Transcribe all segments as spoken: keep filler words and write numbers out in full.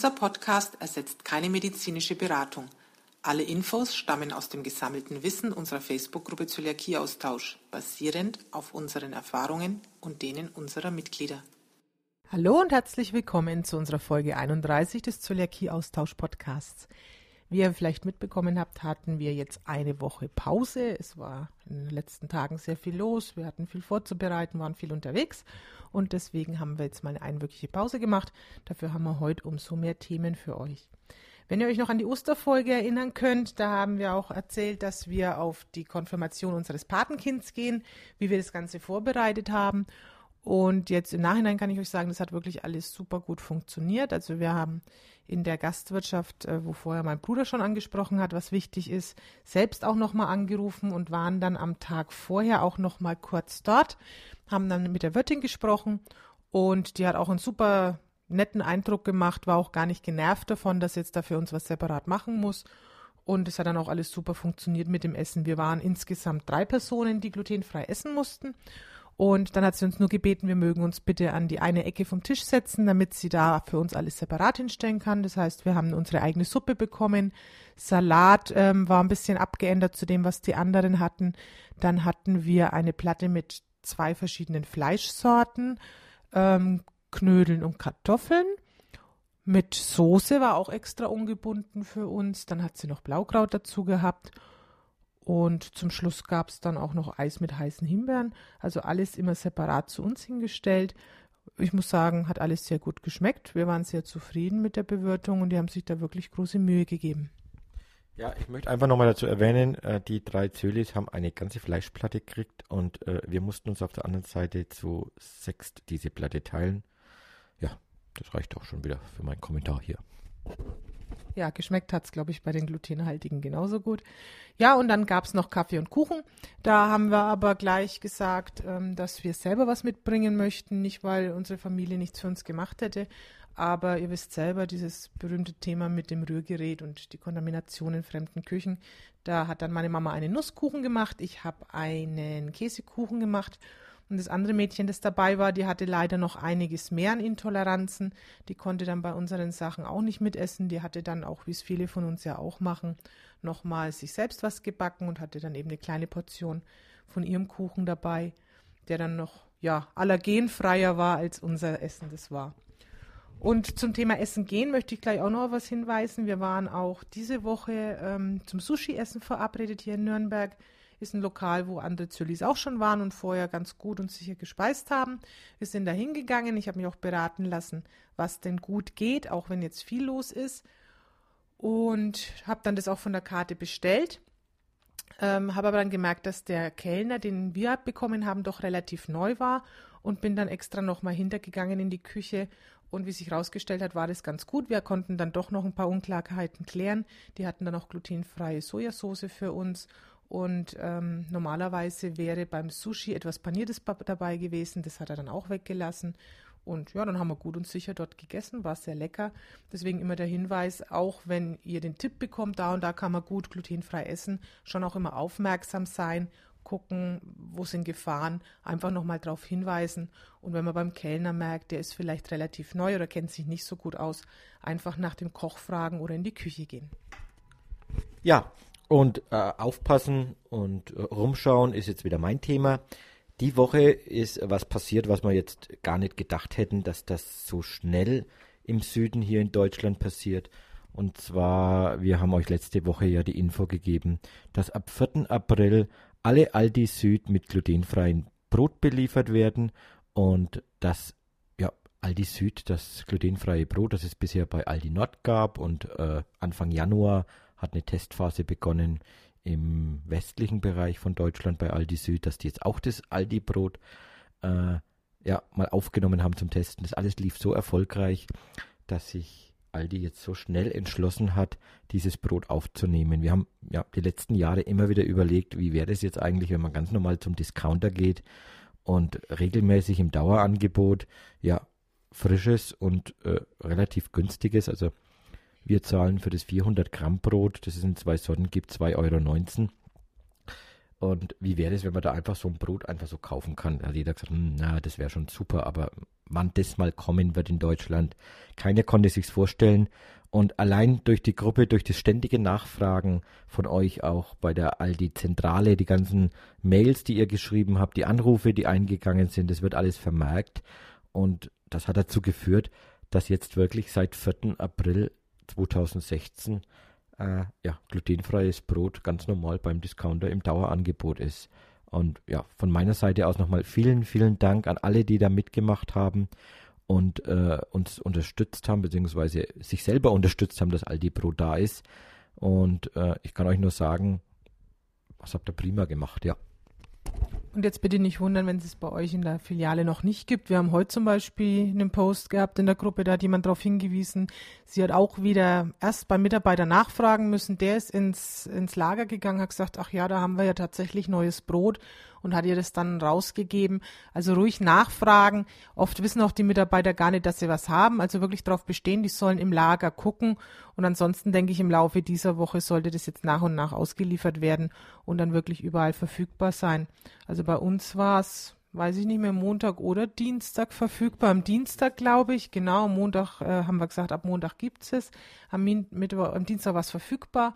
Dieser Podcast ersetzt keine medizinische Beratung. Alle Infos stammen aus dem gesammelten Wissen unserer Facebook-Gruppe Zöliakie-Austausch, basierend auf unseren Erfahrungen und denen unserer Mitglieder. Hallo und herzlich willkommen zu unserer Folge einunddreißig des Zöliakie-Austausch-Podcasts. Wie ihr vielleicht mitbekommen habt, hatten wir jetzt eine Woche Pause. Es war in den letzten Tagen sehr viel los. Wir hatten viel vorzubereiten, waren viel unterwegs und deswegen haben wir jetzt mal eine einwöchige Pause gemacht. Dafür haben wir heute umso mehr Themen für euch. Wenn ihr euch noch an die Osterfolge erinnern könnt, da haben wir auch erzählt, dass wir auf die Konfirmation unseres Patenkinds gehen, wie wir das Ganze vorbereitet haben. Und jetzt im Nachhinein kann ich euch sagen, das hat wirklich alles super gut funktioniert. Also wir haben in der Gastwirtschaft, wo vorher mein Bruder schon angesprochen hat, was wichtig ist, selbst auch nochmal angerufen und waren dann am Tag vorher auch nochmal kurz dort, haben dann mit der Wirtin gesprochen und die hat auch einen super netten Eindruck gemacht, war auch gar nicht genervt davon, dass jetzt da für uns was separat machen muss. Und es hat dann auch alles super funktioniert mit dem Essen. Wir waren insgesamt drei Personen, die glutenfrei essen mussten. Und dann hat sie uns nur gebeten, wir mögen uns bitte an die eine Ecke vom Tisch setzen, damit sie da für uns alles separat hinstellen kann. Das heißt, wir haben unsere eigene Suppe bekommen. Salat ähm, war ein bisschen abgeändert zu dem, was die anderen hatten. Dann hatten wir eine Platte mit zwei verschiedenen Fleischsorten, ähm, Knödeln und Kartoffeln. Mit Soße war auch extra ungebunden für uns. Dann hat sie noch Blaukraut dazu gehabt. Und zum Schluss gab es dann auch noch Eis mit heißen Himbeeren. Also alles immer separat zu uns hingestellt. Ich muss sagen, hat alles sehr gut geschmeckt. Wir waren sehr zufrieden mit der Bewirtung und die haben sich da wirklich große Mühe gegeben. Ja, ich möchte einfach nochmal dazu erwähnen, äh, die drei Zölis haben eine ganze Fleischplatte gekriegt und äh, wir mussten uns auf der anderen Seite zu sechst diese Platte teilen. Ja, das reicht auch schon wieder für meinen Kommentar hier. Ja, geschmeckt hat es, glaube ich, bei den glutenhaltigen genauso gut. Ja, und dann gab es noch Kaffee und Kuchen. Da haben wir aber gleich gesagt, ähm, dass wir selber was mitbringen möchten. Nicht, weil unsere Familie nichts für uns gemacht hätte, aber ihr wisst selber, dieses berühmte Thema mit dem Rührgerät und die Kontamination in fremden Küchen. Da hat dann meine Mama einen Nusskuchen gemacht. Ich habe einen Käsekuchen gemacht. Und das andere Mädchen, das dabei war, die hatte leider noch einiges mehr an Intoleranzen. Die konnte dann bei unseren Sachen auch nicht mitessen. Die hatte dann auch, wie es viele von uns ja auch machen, nochmal sich selbst was gebacken und hatte dann eben eine kleine Portion von ihrem Kuchen dabei, der dann noch ja allergenfreier war, als unser Essen das war. Und zum Thema Essen gehen möchte ich gleich auch noch was hinweisen. Wir waren auch diese Woche ähm, zum Sushi-Essen verabredet hier in Nürnberg. Ist ein Lokal, wo andere Zölis auch schon waren und vorher ganz gut und sicher gespeist haben. Wir sind da hingegangen. Ich habe mich auch beraten lassen, was denn gut geht, auch wenn jetzt viel los ist. Und habe dann das auch von der Karte bestellt. Ähm, habe aber dann gemerkt, dass der Kellner, den wir bekommen haben, doch relativ neu war und bin dann extra nochmal hintergegangen in die Küche. Und wie sich herausgestellt hat, war das ganz gut. Wir konnten dann doch noch ein paar Unklarheiten klären. Die hatten dann auch glutenfreie Sojasauce für uns. Und ähm, normalerweise wäre beim Sushi etwas Paniertes dabei gewesen. Das hat er dann auch weggelassen. Und ja, dann haben wir gut und sicher dort gegessen. War sehr lecker. Deswegen immer der Hinweis, auch wenn ihr den Tipp bekommt, da und da kann man gut glutenfrei essen, schon auch immer aufmerksam sein, gucken, wo sind Gefahren, einfach nochmal darauf hinweisen. Und wenn man beim Kellner merkt, der ist vielleicht relativ neu oder kennt sich nicht so gut aus, einfach nach dem Koch fragen oder in die Küche gehen. Ja, und äh, aufpassen und äh, rumschauen ist jetzt wieder mein Thema. Die Woche ist was passiert, was wir jetzt gar nicht gedacht hätten, dass das so schnell im Süden hier in Deutschland passiert. Und zwar, wir haben euch letzte Woche ja die Info gegeben, dass ab vierten April alle Aldi Süd mit glutenfreiem Brot beliefert werden. Und das, ja, Aldi Süd, das glutenfreie Brot, das es bisher bei Aldi Nord gab und äh, Anfang Januar hat eine Testphase begonnen im westlichen Bereich von Deutschland bei Aldi Süd, dass die jetzt auch das Aldi-Brot äh, ja, mal aufgenommen haben zum Testen. Das alles lief so erfolgreich, dass sich Aldi jetzt so schnell entschlossen hat, dieses Brot aufzunehmen. Wir haben ja die letzten Jahre immer wieder überlegt, wie wäre das jetzt eigentlich, wenn man ganz normal zum Discounter geht und regelmäßig im Dauerangebot ja frisches und äh, relativ günstiges, also wir zahlen für das vierhundert Gramm Brot, das es in zwei Sorten gibt, zwei Euro neunzehn. Und wie wäre es, wenn man da einfach so ein Brot einfach so kaufen kann? Da hat jeder gesagt, hm, na, das wäre schon super, aber wann das mal kommen wird in Deutschland, keiner konnte sich's vorstellen. Und allein durch die Gruppe, durch das ständige Nachfragen von euch auch bei der Aldi-Zentrale, die ganzen Mails, die ihr geschrieben habt, die Anrufe, die eingegangen sind, das wird alles vermerkt. Und das hat dazu geführt, dass jetzt wirklich seit vierten April zweitausendsechzehn äh, ja, glutenfreies Brot ganz normal beim Discounter im Dauerangebot ist. Und ja, von meiner Seite aus nochmal vielen, vielen Dank an alle, die da mitgemacht haben und äh, uns unterstützt haben, beziehungsweise sich selber unterstützt haben, dass Aldi Brot da ist. Und äh, ich kann euch nur sagen, was habt ihr prima gemacht, ja. Und jetzt bitte nicht wundern, wenn es es bei euch in der Filiale noch nicht gibt. Wir haben heute zum Beispiel einen Post gehabt in der Gruppe, da hat jemand darauf hingewiesen, sie hat auch wieder erst beim Mitarbeiter nachfragen müssen. Der ist ins, ins Lager gegangen, hat gesagt, ach ja, da haben wir ja tatsächlich neues Brot und hat ihr das dann rausgegeben. Also ruhig nachfragen. Oft wissen auch die Mitarbeiter gar nicht, dass sie was haben. Also wirklich darauf bestehen, die sollen im Lager gucken. Und ansonsten denke ich, im Laufe dieser Woche sollte das jetzt nach und nach ausgeliefert werden und dann wirklich überall verfügbar sein. Also bei uns war es, weiß ich nicht mehr, Montag oder Dienstag verfügbar. Am Dienstag, glaube ich, genau, am Montag äh, haben wir gesagt, ab Montag gibt es es. Am, Mittwoch, am Dienstag war es verfügbar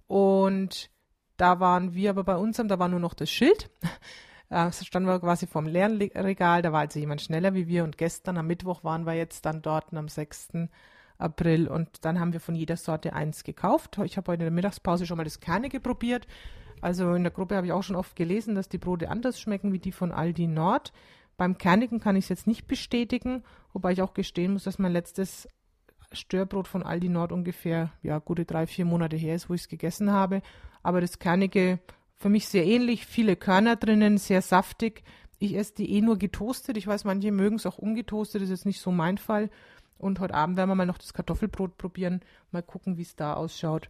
und da waren wir aber bei uns, da war nur noch das Schild. Da standen wir quasi vorm leeren Regal, da war also jemand schneller wie wir und gestern am Mittwoch waren wir jetzt dann dort am sechsten April und dann haben wir von jeder Sorte eins gekauft. Ich habe heute in der Mittagspause schon mal das Kernige probiert. Also in der Gruppe habe ich auch schon oft gelesen, dass die Brote anders schmecken wie die von Aldi Nord. Beim Kernigen kann ich es jetzt nicht bestätigen, wobei ich auch gestehen muss, dass mein letztes Störbrot von Aldi Nord ungefähr ja gute drei, vier Monate her ist, wo ich es gegessen habe. Aber das Kernige für mich sehr ähnlich, viele Körner drinnen, sehr saftig. Ich esse die eh nur getoastet. Ich weiß, manche mögen es auch ungetoastet, das ist jetzt nicht so mein Fall. Und heute Abend werden wir mal noch das Kartoffelbrot probieren, mal gucken, wie es da ausschaut.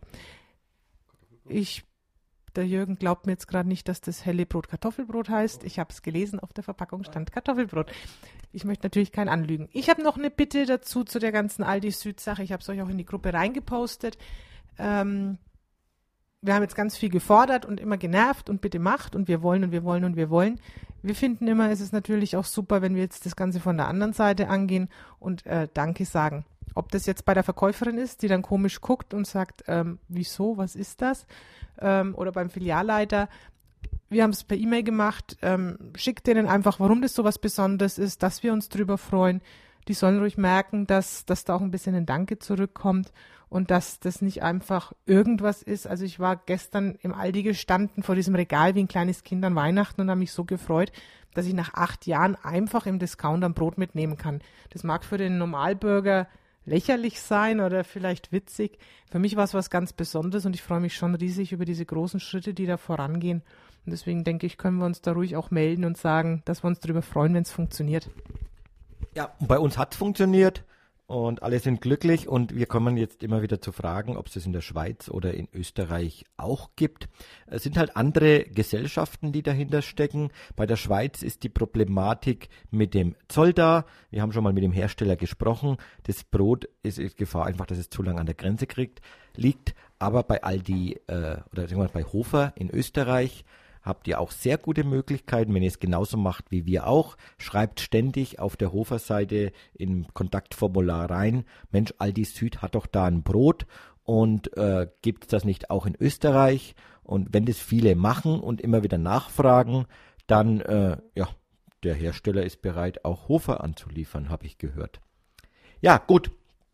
Ich Der Jürgen glaubt mir jetzt gerade nicht, dass das helle Brot Kartoffelbrot heißt. Ich habe es gelesen, auf der Verpackung stand Kartoffelbrot. Ich möchte natürlich kein anlügen. Ich habe noch eine Bitte dazu zu der ganzen Aldi-Süd-Sache. Ich habe es euch auch in die Gruppe reingepostet. Ähm, wir haben jetzt ganz viel gefordert und immer genervt und bitte macht und wir wollen und wir wollen und wir wollen. Wir finden immer, es ist natürlich auch super, wenn wir jetzt das Ganze von der anderen Seite angehen und äh, Danke sagen. Ob das jetzt bei der Verkäuferin ist, die dann komisch guckt und sagt, ähm, wieso, was ist das? Ähm, oder beim Filialleiter. Wir haben es per E-Mail gemacht. Ähm, schickt denen einfach, warum das so was Besonderes ist, dass wir uns drüber freuen. Die sollen ruhig merken, dass, dass da auch ein bisschen ein Danke zurückkommt und dass das nicht einfach irgendwas ist. Also ich war gestern im Aldi gestanden vor diesem Regal wie ein kleines Kind an Weihnachten und habe mich so gefreut, dass ich nach acht Jahren einfach im Discounter ein Brot mitnehmen kann. Das mag für den Normalbürger lächerlich sein oder vielleicht witzig. Für mich war es was ganz Besonderes und ich freue mich schon riesig über diese großen Schritte, die da vorangehen. Und deswegen denke ich, können wir uns da ruhig auch melden und sagen, dass wir uns darüber freuen, wenn es funktioniert. Ja, und bei uns hat es funktioniert und alle sind glücklich und wir kommen jetzt immer wieder zu fragen, ob es das in der Schweiz oder in Österreich auch gibt. Es sind halt andere Gesellschaften, die dahinter stecken. Bei der Schweiz ist die Problematik mit dem Zoll da. Wir haben schon mal mit dem Hersteller gesprochen. Das Brot ist in Gefahr einfach, dass es zu lange an der Grenze kriegt, liegt. Aber bei Aldi äh, oder sagen wir mal bei Hofer in Österreich habt ihr auch sehr gute Möglichkeiten, wenn ihr es genauso macht wie wir auch. Schreibt ständig auf der Hofer-Seite im Kontaktformular rein, Mensch, Aldi Süd hat doch da ein Brot und äh, gibt es das nicht auch in Österreich? Und wenn das viele machen und immer wieder nachfragen, dann, äh, ja, der Hersteller ist bereit, auch Hofer anzuliefern, habe ich gehört. Ja, gut.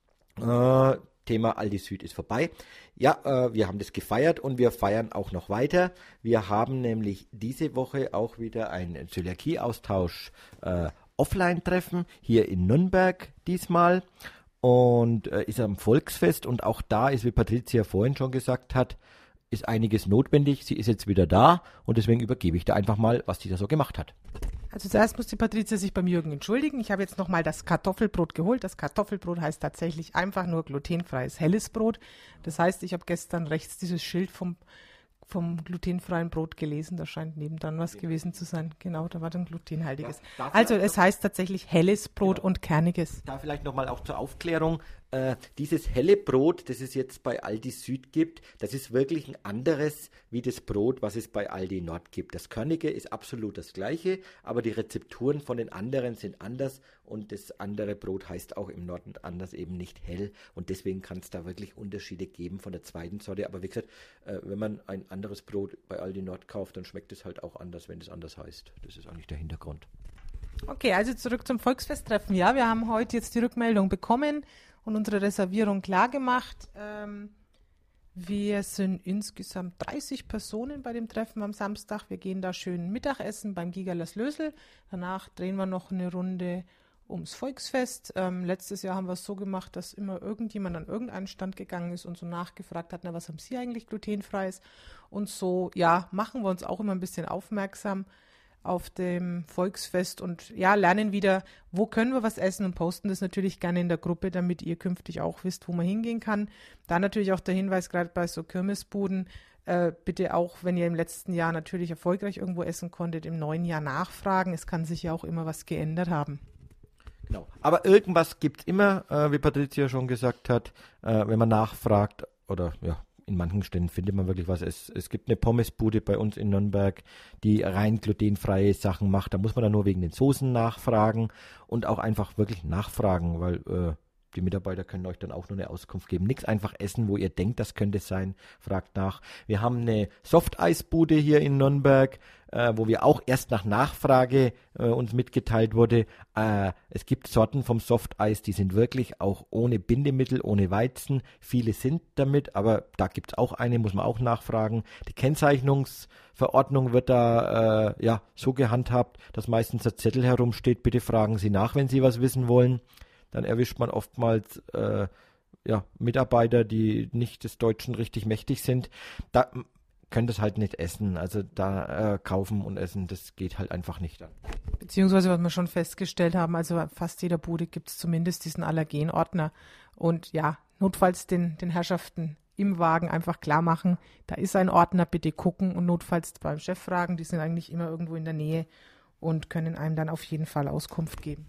Äh, Thema Aldi Süd ist vorbei. Ja, äh, wir haben das gefeiert und wir feiern auch noch weiter. Wir haben nämlich diese Woche auch wieder ein Zöliakie-Austausch äh, Offline-Treffen hier in Nürnberg diesmal und äh, ist am Volksfest und auch da ist, wie Patricia vorhin schon gesagt hat, ist einiges notwendig. Sie ist jetzt wieder da und deswegen übergebe ich da einfach mal, was sie da so gemacht hat. Also zuerst muss die Patricia sich beim Jürgen entschuldigen. Ich habe jetzt nochmal das Kartoffelbrot geholt. Das Kartoffelbrot heißt tatsächlich einfach nur glutenfreies helles Brot. Das heißt, ich habe gestern rechts dieses Schild vom, vom glutenfreien Brot gelesen. Da scheint nebendran was gewesen zu sein. Genau, da war dann glutenhaltiges. Ja, also es heißt tatsächlich helles Brot genau. Und kerniges. Da vielleicht nochmal auch zur Aufklärung. äh, dieses helle Brot, das es jetzt bei Aldi Süd gibt, das ist wirklich ein anderes wie das Brot, was es bei Aldi Nord gibt. Das Körnige ist absolut das gleiche, aber die Rezepturen von den anderen sind anders und das andere Brot heißt auch im Norden anders, eben nicht hell, und deswegen kann es da wirklich Unterschiede geben von der zweiten Sorte. Aber wie gesagt, äh, wenn man ein anderes Brot bei Aldi Nord kauft, dann schmeckt es halt auch anders, wenn es anders heißt. Das ist eigentlich der Hintergrund. Okay, also zurück zum Volksfesttreffen. Ja, wir haben heute jetzt die Rückmeldung bekommen und unsere Reservierung klar gemacht. Ähm, wir sind insgesamt dreißig Personen bei dem Treffen am Samstag. Wir gehen da schön Mittagessen beim Gigerlers Lösel. Danach drehen wir noch eine Runde ums Volksfest. Ähm, letztes Jahr haben wir es so gemacht, dass immer irgendjemand an irgendeinen Stand gegangen ist und so nachgefragt hat, na, was haben Sie eigentlich glutenfreies? Und so, ja, machen wir uns auch immer ein bisschen aufmerksam auf dem Volksfest und ja, lernen wieder, wo können wir was essen, und posten das natürlich gerne in der Gruppe, damit ihr künftig auch wisst, wo man hingehen kann. Da natürlich auch der Hinweis, gerade bei so Kirmesbuden, äh, bitte auch, wenn ihr im letzten Jahr natürlich erfolgreich irgendwo essen konntet, im neuen Jahr nachfragen. Es kann sich ja auch immer was geändert haben. Genau. Aber irgendwas gibt es immer, äh, wie Patricia schon gesagt hat, äh, wenn man nachfragt oder ja, in manchen Ständen findet man wirklich was. Es, es gibt eine Pommesbude bei uns in Nürnberg, die rein glutenfreie Sachen macht. Da muss man dann nur wegen den Soßen nachfragen und auch einfach wirklich nachfragen, weil äh, die Mitarbeiter können euch dann auch nur eine Auskunft geben. Nichts einfach essen, wo ihr denkt, das könnte es sein. Fragt nach. Wir haben eine Softeisbude hier in Nürnberg, äh, wo wir auch erst nach Nachfrage äh, uns mitgeteilt wurde. Äh, es gibt Sorten vom Softeis, die sind wirklich auch ohne Bindemittel, ohne Weizen. Viele sind damit, aber da gibt es auch eine, muss man auch nachfragen. Die Kennzeichnungsverordnung wird da äh, ja so gehandhabt, dass meistens der Zettel herumsteht. Bitte fragen Sie nach, wenn Sie was wissen wollen. Dann erwischt man oftmals äh, ja, Mitarbeiter, die nicht des Deutschen richtig mächtig sind. Da könnt ihr es halt nicht essen. Also da äh, kaufen und essen, das geht halt einfach nicht an. Beziehungsweise, was wir schon festgestellt haben, also fast jeder Bude gibt es zumindest diesen Allergenordner. Und ja, notfalls den, den Herrschaften im Wagen einfach klar machen, da ist ein Ordner, bitte gucken, und notfalls beim Chef fragen, die sind eigentlich immer irgendwo in der Nähe und können einem dann auf jeden Fall Auskunft geben.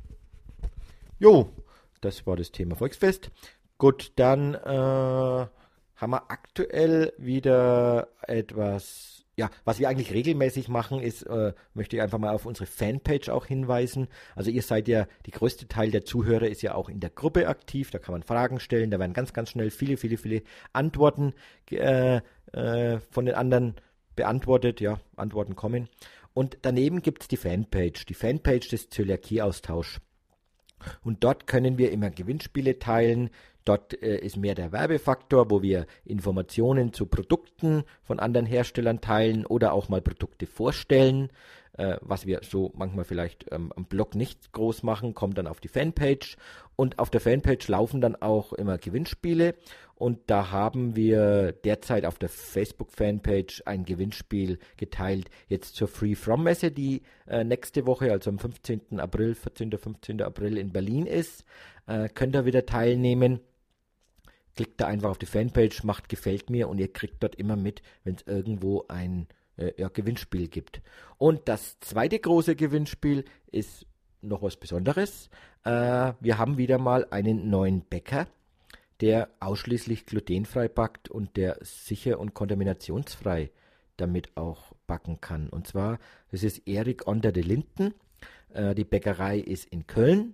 Jo, das war das Thema Volksfest. Gut, dann äh, haben wir aktuell wieder etwas, ja, was wir eigentlich regelmäßig machen, ist, äh, möchte ich einfach mal auf unsere Fanpage auch hinweisen. Also ihr seid ja, die größte Teil der Zuhörer ist ja auch in der Gruppe aktiv, da kann man Fragen stellen, da werden ganz, ganz schnell viele, viele, viele Antworten äh, äh, von den anderen beantwortet, ja, Antworten kommen. Und daneben gibt es die Fanpage, die Fanpage des Zöliakie-Austausch. Und dort können wir immer Gewinnspiele teilen. Dort äh, ist mehr der Werbefaktor, wo wir Informationen zu Produkten von anderen Herstellern teilen oder auch mal Produkte vorstellen. Äh, was wir so manchmal vielleicht ähm, am Blog nicht groß machen, kommt dann auf die Fanpage. Und auf der Fanpage laufen dann auch immer Gewinnspiele. Und da haben wir derzeit auf der Facebook-Fanpage ein Gewinnspiel geteilt, jetzt zur Free From Messe, die äh, nächste Woche, also am fünfzehnten April, vierzehnten, fünfzehnten April in Berlin ist. Äh, könnt ihr wieder teilnehmen. Klickt da einfach auf die Fanpage, macht Gefällt mir, und ihr kriegt dort immer mit, wenn es irgendwo ein äh, ja, Gewinnspiel gibt. Und das zweite große Gewinnspiel ist noch was Besonderes. Äh, wir haben wieder mal einen neuen Bäcker, der ausschließlich glutenfrei backt und der sicher und kontaminationsfrei damit auch backen kann. Und zwar, das ist Erik Onder de Linden. Äh, die Bäckerei ist in Köln.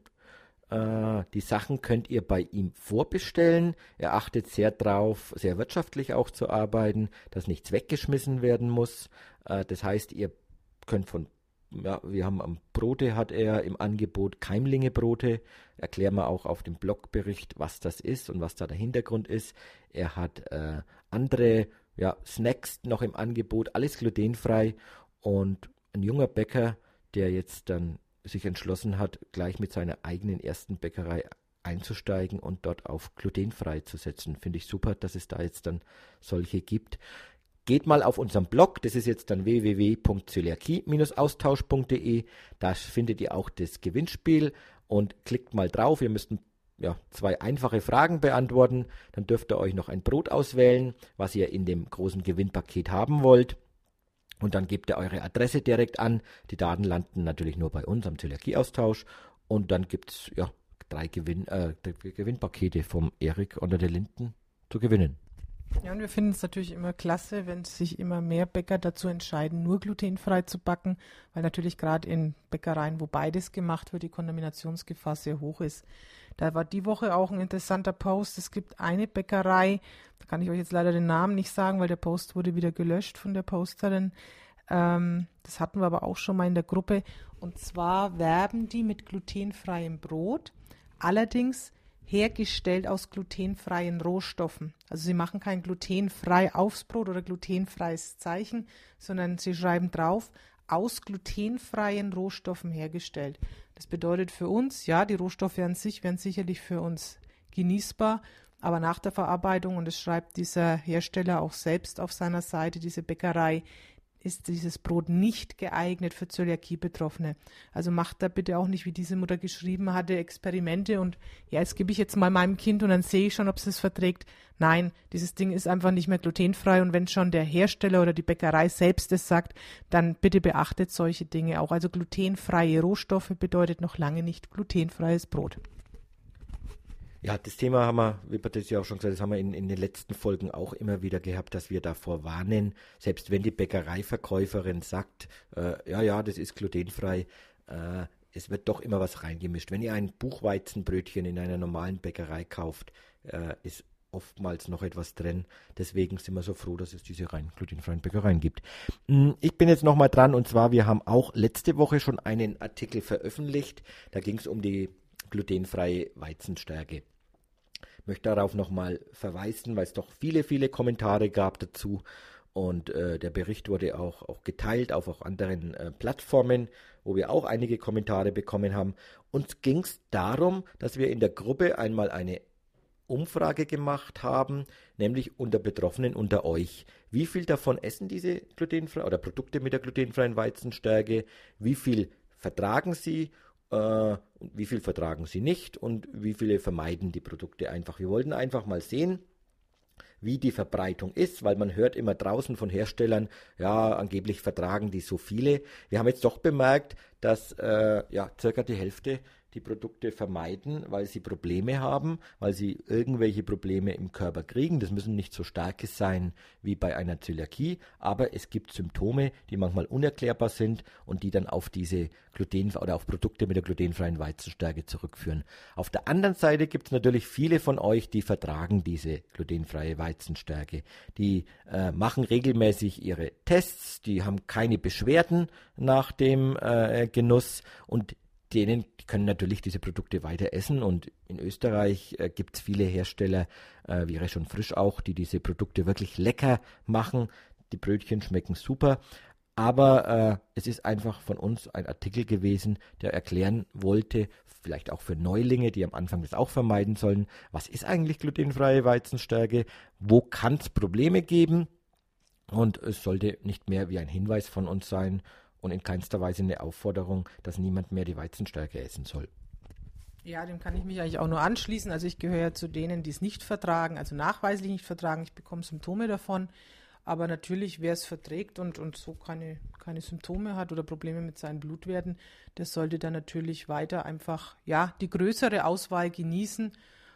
Äh, die Sachen könnt ihr bei ihm vorbestellen. Er achtet sehr drauf, sehr wirtschaftlich auch zu arbeiten, dass nichts weggeschmissen werden muss. Äh, das heißt, ihr könnt von Ja, wir haben am Brote, hat er im Angebot Keimlinge-Brote. Erklären wir auch auf dem Blogbericht, was das ist und was da der Hintergrund ist. Er hat äh, andere ja, Snacks noch im Angebot, alles glutenfrei. Und ein junger Bäcker, der jetzt dann sich entschlossen hat, gleich mit seiner eigenen ersten Bäckerei einzusteigen und dort auf glutenfrei zu setzen. Finde ich super, dass es da jetzt dann solche gibt. Geht mal auf unseren Blog, das ist jetzt dann w w w punkt zöliakie austausch punkt d e, da findet ihr auch das Gewinnspiel und klickt mal drauf. Ihr müsst ja, zwei einfache Fragen beantworten, dann dürft ihr euch noch ein Brot auswählen, was ihr in dem großen Gewinnpaket haben wollt, und dann gebt ihr eure Adresse direkt an. Die Daten landen natürlich nur bei uns am Zöliakie-Austausch, und dann gibt es ja drei Gewinn, äh, Gewinnpakete vom Erik unter der Linden zu gewinnen. Ja, und wir finden es natürlich immer klasse, wenn sich immer mehr Bäcker dazu entscheiden, nur glutenfrei zu backen, weil natürlich gerade in Bäckereien, wo beides gemacht wird, die Kontaminationsgefahr sehr hoch ist. Da war die Woche auch ein interessanter Post. Es gibt eine Bäckerei, da kann ich euch jetzt leider den Namen nicht sagen, weil der Post wurde wieder gelöscht von der Posterin. Ähm, das hatten wir aber auch schon mal in der Gruppe. Und zwar werben die mit glutenfreiem Brot, allerdings hergestellt aus glutenfreien Rohstoffen. Also sie machen kein glutenfrei aufs Brot oder glutenfreies Zeichen, sondern sie schreiben drauf, aus glutenfreien Rohstoffen hergestellt. Das bedeutet für uns, ja, die Rohstoffe an sich wären sicherlich für uns genießbar, aber nach der Verarbeitung, und das schreibt dieser Hersteller auch selbst auf seiner Seite, diese Bäckerei, ist dieses Brot nicht geeignet für Zöliakie-Betroffene. Also macht da bitte auch nicht, wie diese Mutter geschrieben hatte, Experimente und ja, jetzt gebe ich jetzt mal meinem Kind und dann sehe ich schon, ob es es verträgt. Nein, dieses Ding ist einfach nicht mehr glutenfrei und wenn schon der Hersteller oder die Bäckerei selbst es sagt, dann bitte beachtet solche Dinge auch. Also glutenfreie Rohstoffe bedeutet noch lange nicht glutenfreies Brot. Ja, das Thema haben wir, wie Patricia ja auch schon gesagt, das haben wir in, in den letzten Folgen auch immer wieder gehabt, dass wir davor warnen, selbst wenn die Bäckereiverkäuferin sagt, äh, ja, ja, das ist glutenfrei, äh, es wird doch immer was reingemischt. Wenn ihr ein Buchweizenbrötchen in einer normalen Bäckerei kauft, äh, ist oftmals noch etwas drin. Deswegen sind wir so froh, dass es diese rein glutenfreien Bäckereien gibt. Ich bin jetzt nochmal dran und zwar, wir haben auch letzte Woche schon einen Artikel veröffentlicht, da ging es um die glutenfreie Weizenstärke. Ich möchte darauf nochmal verweisen, weil es doch viele, viele Kommentare gab dazu und äh, der Bericht wurde auch, auch geteilt auf auch anderen äh, Plattformen, wo wir auch einige Kommentare bekommen haben. Uns ging es darum, dass wir in der Gruppe einmal eine Umfrage gemacht haben, nämlich unter Betroffenen, unter euch. Wie viel davon essen diese glutenfreie oder Produkte mit der glutenfreien Weizenstärke? Wie viel vertragen sie? Wie viel vertragen sie nicht und wie viele vermeiden die Produkte einfach. Wir wollten einfach mal sehen, wie die Verbreitung ist, weil man hört immer draußen von Herstellern, ja, angeblich vertragen die so viele. Wir haben jetzt doch bemerkt, dass äh, ja, circa die Hälfte die Produkte vermeiden, weil sie Probleme haben, weil sie irgendwelche Probleme im Körper kriegen. Das müssen nicht so starke sein wie bei einer Zöliakie, aber es gibt Symptome, die manchmal unerklärbar sind und die dann auf diese Gluten- oder auf Produkte mit der glutenfreien Weizenstärke zurückführen. Auf der anderen Seite gibt es natürlich viele von euch, die vertragen diese glutenfreie Weizenstärke. Die äh, machen regelmäßig ihre Tests, die haben keine Beschwerden nach dem äh, Genuss und denen die können natürlich diese Produkte weiter essen und in Österreich äh, gibt es viele Hersteller, äh, wie schon frisch auch, die diese Produkte wirklich lecker machen. Die Brötchen schmecken super, aber äh, es ist einfach von uns ein Artikel gewesen, der erklären wollte, vielleicht auch für Neulinge, die am Anfang das auch vermeiden sollen, was ist eigentlich glutenfreie Weizenstärke, wo kann es Probleme geben und es sollte nicht mehr wie ein Hinweis von uns sein, und in keinster Weise eine Aufforderung, dass niemand mehr die Weizenstärke essen soll. Ja, dem kann ich mich eigentlich auch nur anschließen. Also ich gehöre ja zu denen, die es nicht vertragen, also nachweislich nicht vertragen. Ich bekomme Symptome davon. Aber natürlich, wer es verträgt und, und so keine, keine Symptome hat oder Probleme mit seinen Blutwerten, der sollte dann natürlich weiter einfach ja die größere Auswahl genießen.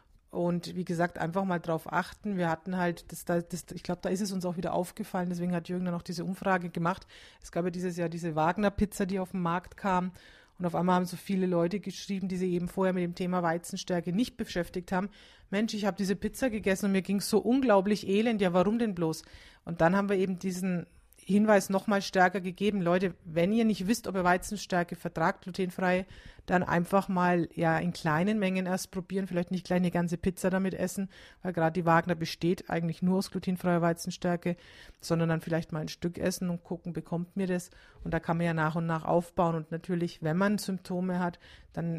Und wie gesagt, einfach mal drauf achten. Wir hatten halt, das, das, ich glaube, da ist es uns auch wieder aufgefallen, deswegen hat Jürgen dann auch diese Umfrage gemacht. Es gab ja dieses Jahr diese Wagner-Pizza, die auf den Markt kam. Und auf einmal haben so viele Leute geschrieben, die sich eben vorher mit dem Thema Weizenstärke nicht beschäftigt haben. Mensch, ich habe diese Pizza gegessen und mir ging es so unglaublich elend. Ja, warum denn bloß? Und dann haben wir eben diesen Hinweis nochmal stärker gegeben. Leute, wenn ihr nicht wisst, ob ihr Weizenstärke vertragt, glutenfrei, dann einfach mal ja in kleinen Mengen erst probieren, vielleicht nicht gleich eine ganze Pizza damit essen, weil gerade die Wagner besteht eigentlich nur aus glutenfreier Weizenstärke, sondern dann vielleicht mal ein Stück essen und gucken, bekommt mir das? Und da kann man ja nach und nach aufbauen und natürlich, wenn man Symptome hat, dann,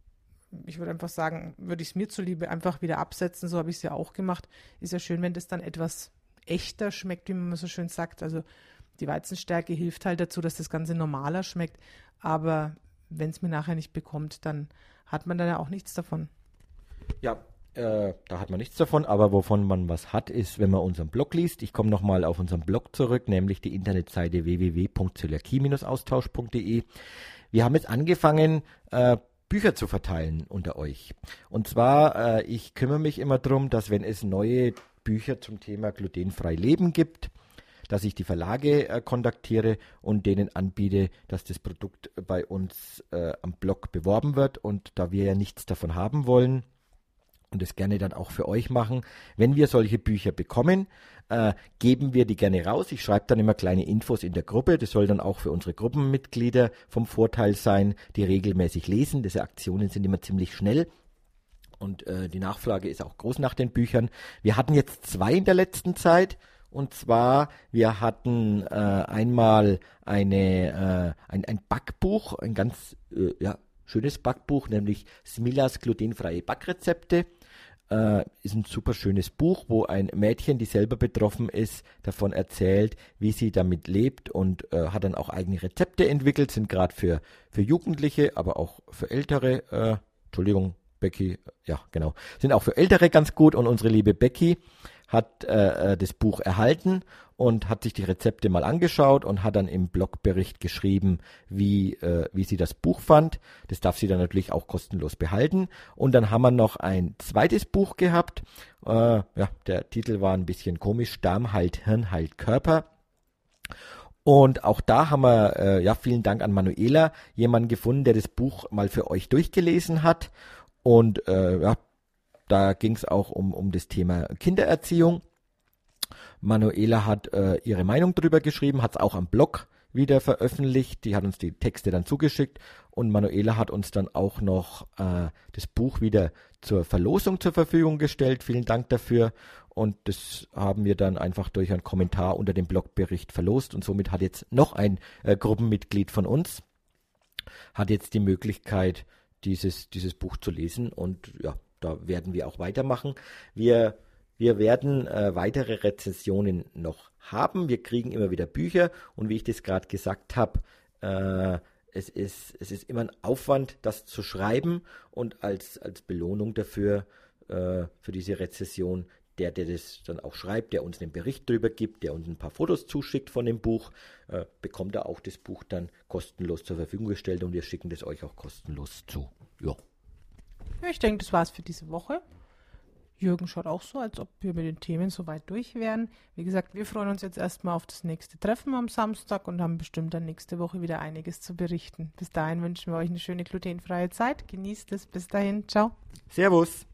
ich würde einfach sagen, würde ich es mir zuliebe einfach wieder absetzen, so habe ich es ja auch gemacht. Ist ja schön, wenn das dann etwas echter schmeckt, wie man so schön sagt, also die Weizenstärke hilft halt dazu, dass das Ganze normaler schmeckt, aber wenn es mir nachher nicht bekommt, dann hat man dann ja auch nichts davon. Ja, äh, da hat man nichts davon, aber wovon man was hat, ist, wenn man unseren Blog liest. Ich komme nochmal auf unseren Blog zurück, nämlich die Internetseite w w w punkt zöliakie Bindestrich austausch punkt d e. Wir haben jetzt angefangen, äh, Bücher zu verteilen unter euch. Und zwar, äh, ich kümmere mich immer darum, dass wenn es neue Bücher zum Thema glutenfrei Leben gibt, dass ich die Verlage äh, kontaktiere und denen anbiete, dass das Produkt bei uns äh, am Blog beworben wird. Und da wir ja nichts davon haben wollen und das gerne dann auch für euch machen, wenn wir solche Bücher bekommen, äh, geben wir die gerne raus. Ich schreibe dann immer kleine Infos in der Gruppe. Das soll dann auch für unsere Gruppenmitglieder vom Vorteil sein, die regelmäßig lesen. Diese Aktionen sind immer ziemlich schnell. Und äh, die Nachfrage ist auch groß nach den Büchern. Wir hatten jetzt zwei in der letzten Zeit. Und zwar, wir hatten äh, einmal eine, äh, ein, ein Backbuch, ein ganz äh, ja, schönes Backbuch, nämlich Smilas glutenfreie Backrezepte. Äh, ist ein super schönes Buch, wo ein Mädchen, die selber betroffen ist, davon erzählt, wie sie damit lebt und äh, hat dann auch eigene Rezepte entwickelt, sind gerade für, für Jugendliche, aber auch für Ältere, äh, Entschuldigung, Becky, ja genau, sind auch für Ältere ganz gut und unsere liebe Becky hat äh, das Buch erhalten und hat sich die Rezepte mal angeschaut und hat dann im Blogbericht geschrieben, wie, äh, wie sie das Buch fand. Das darf sie dann natürlich auch kostenlos behalten. Und dann haben wir noch ein zweites Buch gehabt. Äh, ja, der Titel war ein bisschen komisch, Darm heilt Hirn, heilt Körper. Und auch da haben wir, äh, ja, vielen Dank an Manuela, jemanden gefunden, der das Buch mal für euch durchgelesen hat. Und äh, ja, da ging es auch um, um das Thema Kindererziehung. Manuela hat äh, ihre Meinung drüber geschrieben, hat es auch am Blog wieder veröffentlicht. Die hat uns die Texte dann zugeschickt und Manuela hat uns dann auch noch äh, das Buch wieder zur Verlosung zur Verfügung gestellt. Vielen Dank dafür. Und das haben wir dann einfach durch einen Kommentar unter dem Blogbericht verlost. Und somit hat jetzt noch ein äh, Gruppenmitglied von uns, hat jetzt die Möglichkeit, dieses, dieses Buch zu lesen. Und ja, da werden wir auch weitermachen. Wir, wir werden äh, weitere Rezensionen noch haben. Wir kriegen immer wieder Bücher und wie ich das gerade gesagt habe, äh, es ist, es ist immer ein Aufwand, das zu schreiben und als, als Belohnung dafür, äh, für diese Rezension, der, der das dann auch schreibt, der uns einen Bericht darüber gibt, der uns ein paar Fotos zuschickt von dem Buch, äh, bekommt er auch das Buch dann kostenlos zur Verfügung gestellt und wir schicken das euch auch kostenlos zu. Ja. Ich denke, das war's für diese Woche. Jürgen schaut auch so, als ob wir mit den Themen soweit durch wären. Wie gesagt, wir freuen uns jetzt erstmal auf das nächste Treffen am Samstag und haben bestimmt dann nächste Woche wieder einiges zu berichten. Bis dahin wünschen wir euch eine schöne glutenfreie Zeit. Genießt es. Bis dahin. Ciao. Servus.